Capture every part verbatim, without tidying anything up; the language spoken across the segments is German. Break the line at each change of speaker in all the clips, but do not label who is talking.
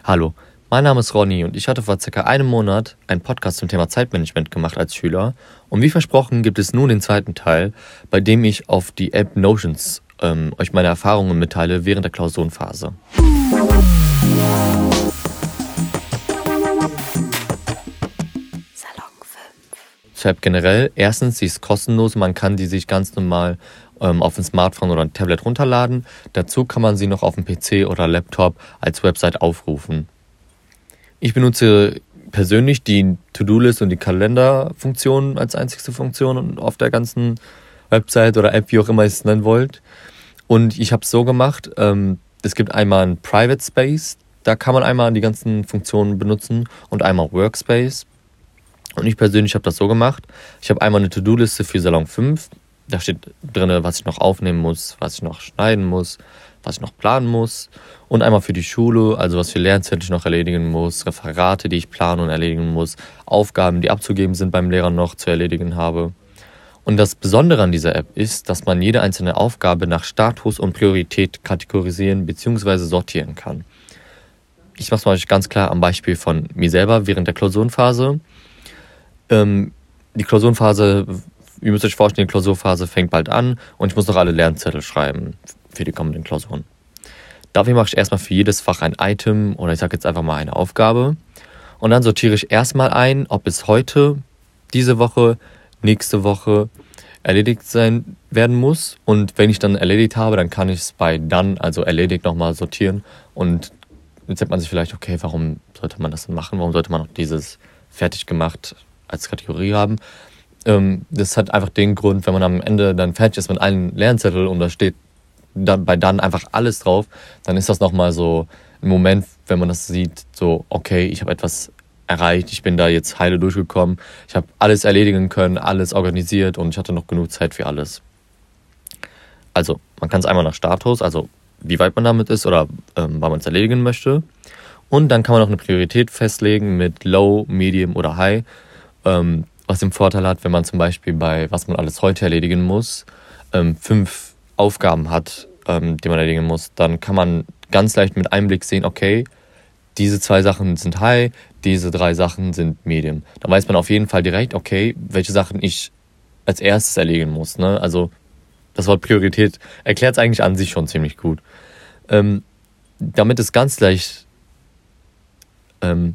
Hallo, mein Name ist Ronny und ich hatte vor circa einem Monat einen Podcast zum Thema Zeitmanagement gemacht als Schüler. Und wie versprochen gibt es nun den zweiten Teil, bei dem ich auf die App Notions ähm, euch meine Erfahrungen mitteile während der Klausurenphase.
Salon fünf.
Zur App generell, erstens, sie ist kostenlos, man kann die sich ganz normal ähm, auf ein Smartphone oder ein Tablet runterladen. Dazu kann man sie noch auf dem P C oder Laptop als Website aufrufen. Ich benutze persönlich die To-Do-List und die Kalenderfunktion als einzigste Funktion auf der ganzen Website oder App, wie auch immer ihr es nennen wollt. Und ich habe es so gemacht, ähm, es gibt einmal einen Private Space, da kann man einmal die ganzen Funktionen benutzen und einmal Workspace. Und ich persönlich habe das so gemacht, ich habe einmal eine To-Do-Liste für Salon fünf, da steht drin, was ich noch aufnehmen muss, was ich noch schneiden muss, was ich noch planen muss. Und einmal für die Schule, also was für Lernzettel ich noch erledigen muss, Referate, die ich planen und erledigen muss, Aufgaben, die abzugeben sind beim Lehrer noch zu erledigen habe. Und das Besondere an dieser App ist, dass man jede einzelne Aufgabe nach Status und Priorität kategorisieren bzw. sortieren kann. Ich mache es mal ganz klar am Beispiel von mir selber während der Klausurenphase. Ähm, die Klausurenphase, ihr müsst euch vorstellen, die Klausurphase fängt bald an und ich muss noch alle Lernzettel schreiben für die kommenden Klausuren. Dafür mache ich erstmal für jedes Fach ein Item oder ich sage jetzt einfach mal eine Aufgabe. Und dann sortiere ich erstmal ein, ob es heute, diese Woche, nächste Woche erledigt sein werden muss. Und wenn ich dann erledigt habe, dann kann ich es bei dann, also erledigt, nochmal sortieren. Und jetzt denkt man sich vielleicht, okay, warum sollte man das denn machen? Warum sollte man noch dieses fertig gemacht als Kategorie haben? Ähm, das hat einfach den Grund, wenn man am Ende dann fertig ist mit allen Lernzetteln und da steht dann bei dann einfach alles drauf, dann ist das nochmal so ein Moment, wenn man das sieht, so okay, ich habe etwas erreicht, ich bin da jetzt heile durchgekommen, ich habe alles erledigen können, alles organisiert und ich hatte noch genug Zeit für alles. Also man kann es einmal nach Status, also wie weit man damit ist oder ähm, wann man es erledigen möchte, und dann kann man noch eine Priorität festlegen mit Low, Medium oder High, ähm, was den Vorteil hat, wenn man zum Beispiel bei was man alles heute erledigen muss, ähm, fünf Aufgaben hat, ähm, die man erledigen muss, dann kann man ganz leicht mit einem Blick sehen, okay, diese zwei Sachen sind High, diese drei Sachen sind Medium. Da weiß man auf jeden Fall direkt, okay, welche Sachen ich als erstes erledigen muss. Ne? Also das Wort Priorität erklärt es eigentlich an sich schon ziemlich gut. Ähm, damit ist ganz leicht, ähm,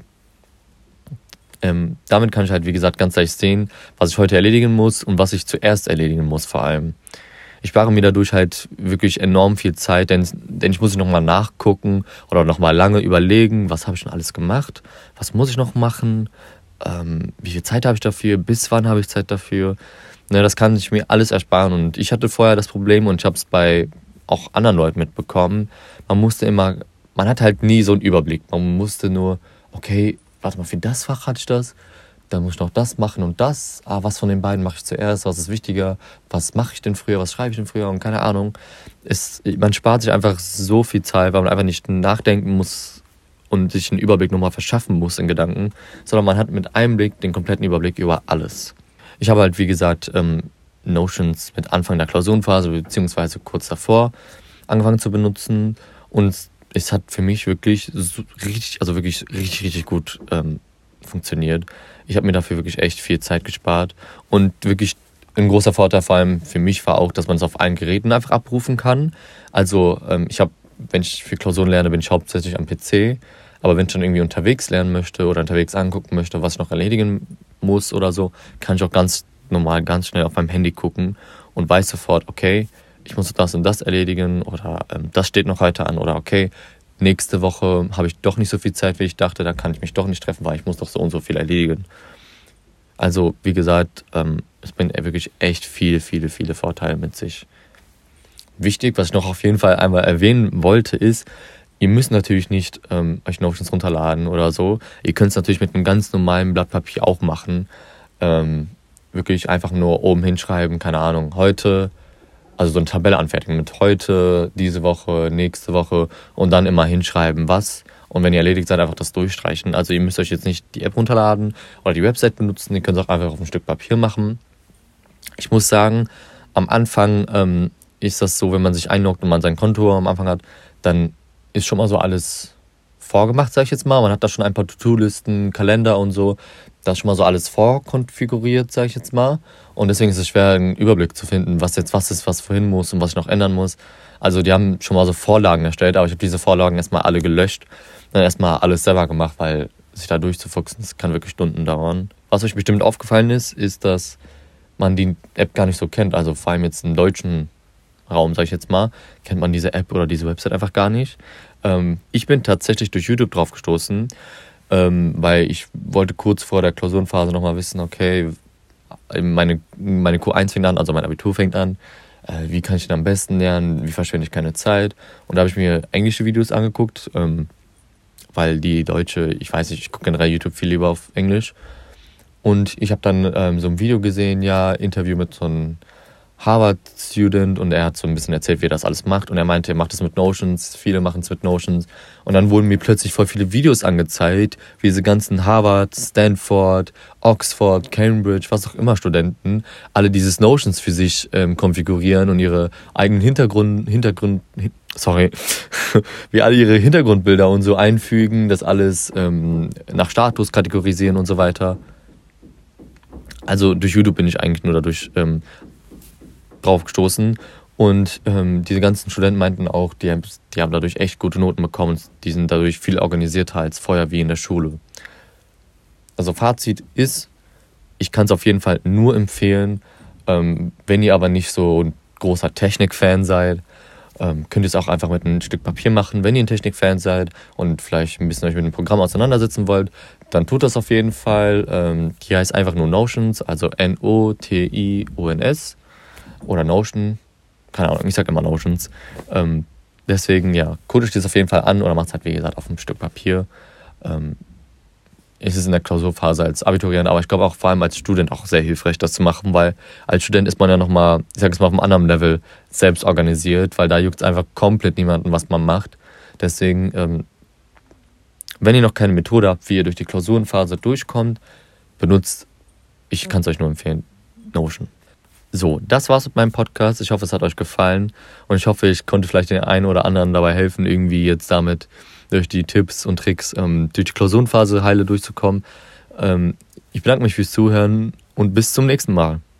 ähm, damit kann ich halt, wie gesagt, ganz leicht sehen, was ich heute erledigen muss und was ich zuerst erledigen muss vor allem. Ich spare mir dadurch halt wirklich enorm viel Zeit, denn, denn ich muss nochmal nachgucken oder nochmal lange überlegen, was habe ich schon alles gemacht, was muss ich noch machen, ähm, wie viel Zeit habe ich dafür, bis wann habe ich Zeit dafür. Ne, das kann ich mir alles ersparen und ich hatte vorher das Problem und ich habe es bei auch anderen Leuten mitbekommen, man musste immer, man hat halt nie so einen Überblick, man musste nur, okay, warte mal, für das Fach hatte ich das, dann muss ich noch das machen und das. Ah, was von den beiden mache ich zuerst? Was ist wichtiger? Was mache ich denn früher? Was schreibe ich denn früher? Und keine Ahnung. Es, man spart sich einfach so viel Zeit, weil man einfach nicht nachdenken muss und sich einen Überblick nochmal verschaffen muss in Gedanken, sondern man hat mit einem Blick den kompletten Überblick über alles. Ich habe halt, wie gesagt, ähm, Notions mit Anfang der Klausurenphase beziehungsweise kurz davor angefangen zu benutzen und es hat für mich wirklich so richtig, also wirklich richtig, richtig gut ähm, funktioniert. Ich habe mir dafür wirklich echt viel Zeit gespart und wirklich ein großer Vorteil vor allem für mich war auch, dass man es auf allen Geräten einfach abrufen kann. Also ähm, ich habe, wenn ich für Klausuren lerne, bin ich hauptsächlich am P C, aber wenn ich dann irgendwie unterwegs lernen möchte oder unterwegs angucken möchte, was ich noch erledigen muss oder so, kann ich auch ganz normal, ganz schnell auf meinem Handy gucken und weiß sofort, okay, ich muss das und das erledigen oder ähm, das steht noch heute an oder okay, nächste Woche habe ich doch nicht so viel Zeit, wie ich dachte, da kann ich mich doch nicht treffen, weil ich muss doch so und so viel erledigen. Also, wie gesagt, ähm, es bringt wirklich echt viele, viele, viele Vorteile mit sich. Wichtig, was ich noch auf jeden Fall einmal erwähnen wollte, ist, ihr müsst natürlich nicht ähm, euch Notions runterladen oder so. Ihr könnt es natürlich mit einem ganz normalen Blatt Papier auch machen. Ähm, wirklich einfach nur oben hinschreiben, keine Ahnung, heute, also so eine Tabelle anfertigen mit heute, diese Woche, nächste Woche und dann immer hinschreiben, was. Und wenn ihr erledigt seid, einfach das durchstreichen. Also ihr müsst euch jetzt nicht die App runterladen oder die Website benutzen, ihr könnt es auch einfach auf ein Stück Papier machen. Ich muss sagen, am Anfang ähm, ist das so, wenn man sich einloggt und man sein Konto am Anfang hat, dann ist schon mal so alles vorgemacht, sag ich jetzt mal. Man hat da schon ein paar To-Do-Listen, Kalender und so. Da ist schon mal so alles vorkonfiguriert, sag ich jetzt mal. Und deswegen ist es schwer, einen Überblick zu finden, was jetzt was ist, was wohin muss und was ich noch ändern muss. Also die haben schon mal so Vorlagen erstellt, aber ich habe diese Vorlagen erstmal alle gelöscht. Dann erstmal alles selber gemacht, weil sich da durchzufuchsen, das kann wirklich Stunden dauern. Was euch bestimmt aufgefallen ist, ist, dass man die App gar nicht so kennt. Also vor allem jetzt im deutschen Raum, sag ich jetzt mal, kennt man diese App oder diese Website einfach gar nicht. Ähm, ich bin tatsächlich durch YouTube drauf gestoßen, ähm, weil ich wollte kurz vor der Klausurenphase nochmal wissen, okay, meine, meine Q eins fängt an, also mein Abitur fängt an, äh, wie kann ich denn am besten lernen, wie verschwende ich keine Zeit? Und da habe ich mir englische Videos angeguckt, ähm, weil die deutsche, ich weiß nicht, ich gucke generell YouTube viel lieber auf Englisch. Und ich habe dann ähm, so ein Video gesehen, ja, Interview mit so einem Harvard-Student, und er hat so ein bisschen erzählt, wie er das alles macht. Und er meinte, er macht es mit Notions, viele machen es mit Notions. Und dann wurden mir plötzlich voll viele Videos angezeigt, wie diese ganzen Harvard, Stanford, Oxford, Cambridge, was auch immer Studenten, alle dieses Notions für sich ähm, konfigurieren und ihre eigenen Hintergrund, Hintergrund, sorry, wie alle ihre Hintergrundbilder und so einfügen, das alles ähm, nach Status kategorisieren und so weiter. Also durch YouTube bin ich eigentlich nur dadurch ähm, drauf gestoßen. Und ähm, diese ganzen Studenten meinten auch, die haben, die haben dadurch echt gute Noten bekommen. Die sind dadurch viel organisierter als vorher wie in der Schule. Also Fazit ist, ich kann es auf jeden Fall nur empfehlen. Ähm, wenn ihr aber nicht so ein großer Technik-Fan seid, ähm, könnt ihr es auch einfach mit einem Stück Papier machen. Wenn ihr ein Technik-Fan seid und vielleicht ein bisschen euch mit dem Programm auseinandersetzen wollt, dann tut das auf jeden Fall. Ähm, die heißt einfach nur Notions, also N O T I O N S oder Notion. Keine Ahnung, ich sage immer Notions. Ähm, deswegen, ja, guckt euch das auf jeden Fall an oder macht es halt, wie gesagt, auf einem Stück Papier. Ähm, es ist in der Klausurphase als Abiturient, aber ich glaube auch vor allem als Student auch sehr hilfreich, das zu machen, weil als Student ist man ja nochmal, ich sage es mal, auf einem anderen Level selbst organisiert, weil da juckt es einfach komplett niemanden, was man macht. Deswegen, ähm, wenn ihr noch keine Methode habt, wie ihr durch die Klausurenphase durchkommt, benutzt, ich kann es euch nur empfehlen, Notion. So, das war's mit meinem Podcast. Ich hoffe, es hat euch gefallen und ich hoffe, ich konnte vielleicht den einen oder anderen dabei helfen, irgendwie jetzt damit durch die Tipps und Tricks ähm, durch die Klausurenphase heile durchzukommen. Ähm, ich bedanke mich fürs Zuhören und bis zum nächsten Mal.